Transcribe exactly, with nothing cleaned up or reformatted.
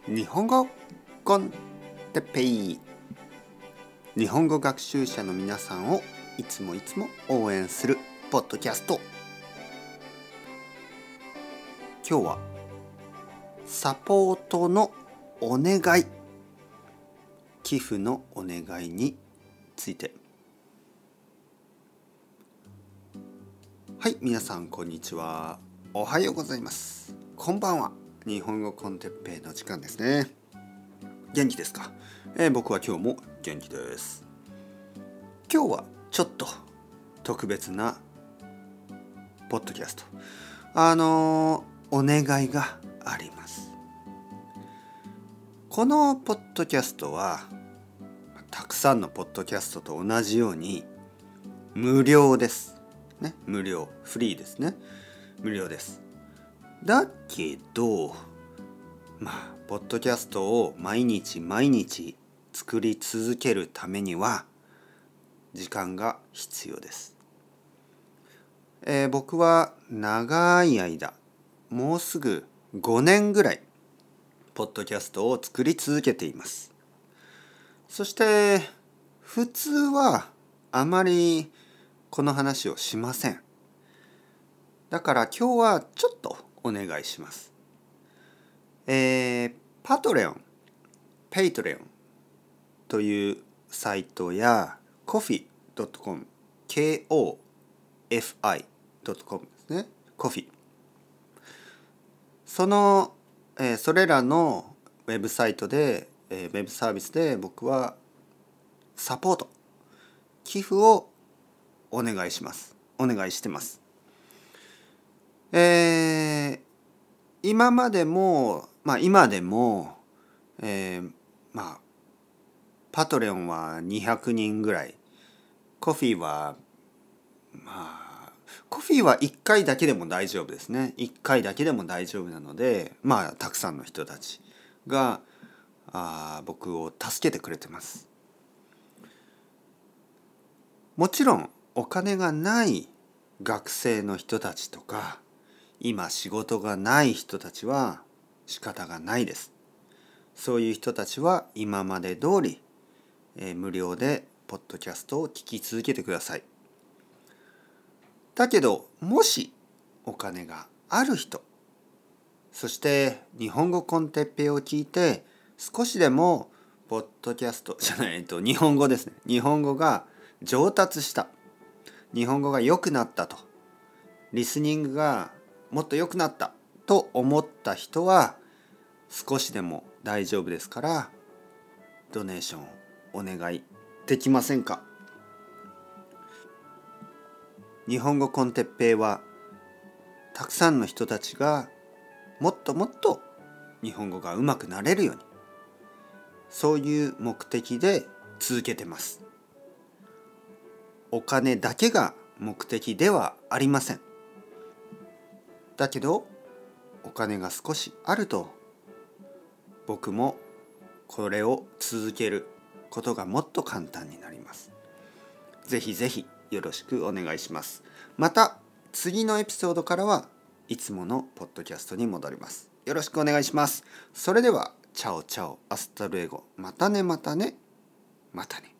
日本語コンテッペイ。日本語学習者の皆さんをいつもいつも応援するポッドキャスト。今日はサポートのお願い、寄付のお願いについて。はい、皆さんこんにちは、おはようございます、こんばんは。日本語コンテッペイの時間ですね。元気ですか？えー、僕は今日も元気です。今日はちょっと特別なポッドキャスト、あのー、お願いがあります。このポッドキャストはたくさんのポッドキャストと同じように無料ですね。無料、フリーですね。無料です。だけどまあポッドキャストを毎日毎日作り続けるためには時間が必要です。えー、僕は長い間、もうすぐごねんぐらいポッドキャストを作り続けています。そして普通はあまりこの話をしません。だから今日はちょっとお願いします。えー、パトレオン、ペイトレオンというサイトやコフィードットコム、ケーオーエフアイドットコム ですね。コフィ。その、えー、それらのウェブサイトで、えー、ウェブサービスで僕はサポート、寄付をお願いします。お願いしてます。えー、今までも、まあ今でも、えー、まあパトレオンはにひゃくにんぐらい、コフィはまあコフィはいっかいだけでも大丈夫ですね。いっかいだけでも大丈夫なので、まあたくさんの人たちがあ僕を助けてくれてます。もちろんお金がない学生の人たちとか、今仕事がない人たちは仕方がないです。そういう人たちは今まで通り、えー、無料でポッドキャストを聞き続けてください。だけどもしお金がある人、そして日本語コンテッペイを聞いて少しでもポッドキャストじゃない、えっと日本語ですね。日本語が上達した、日本語が良くなったと、リスニングがもっと良くなったと思った人は少しでも大丈夫ですからドネーションお願いできませんか？日本語コンテッペイはたくさんの人たちがもっともっと日本語が上手くなれるように、そういう目的で続けてます。お金だけが目的ではありません。だけどお金が少しあると僕もこれを続けることがもっと簡単になります。ぜひぜひよろしくお願いします。また次のエピソードからはいつものポッドキャストに戻ります。よろしくお願いします。それではチャオチャオ、アスタルエゴ、またねまたねまたね。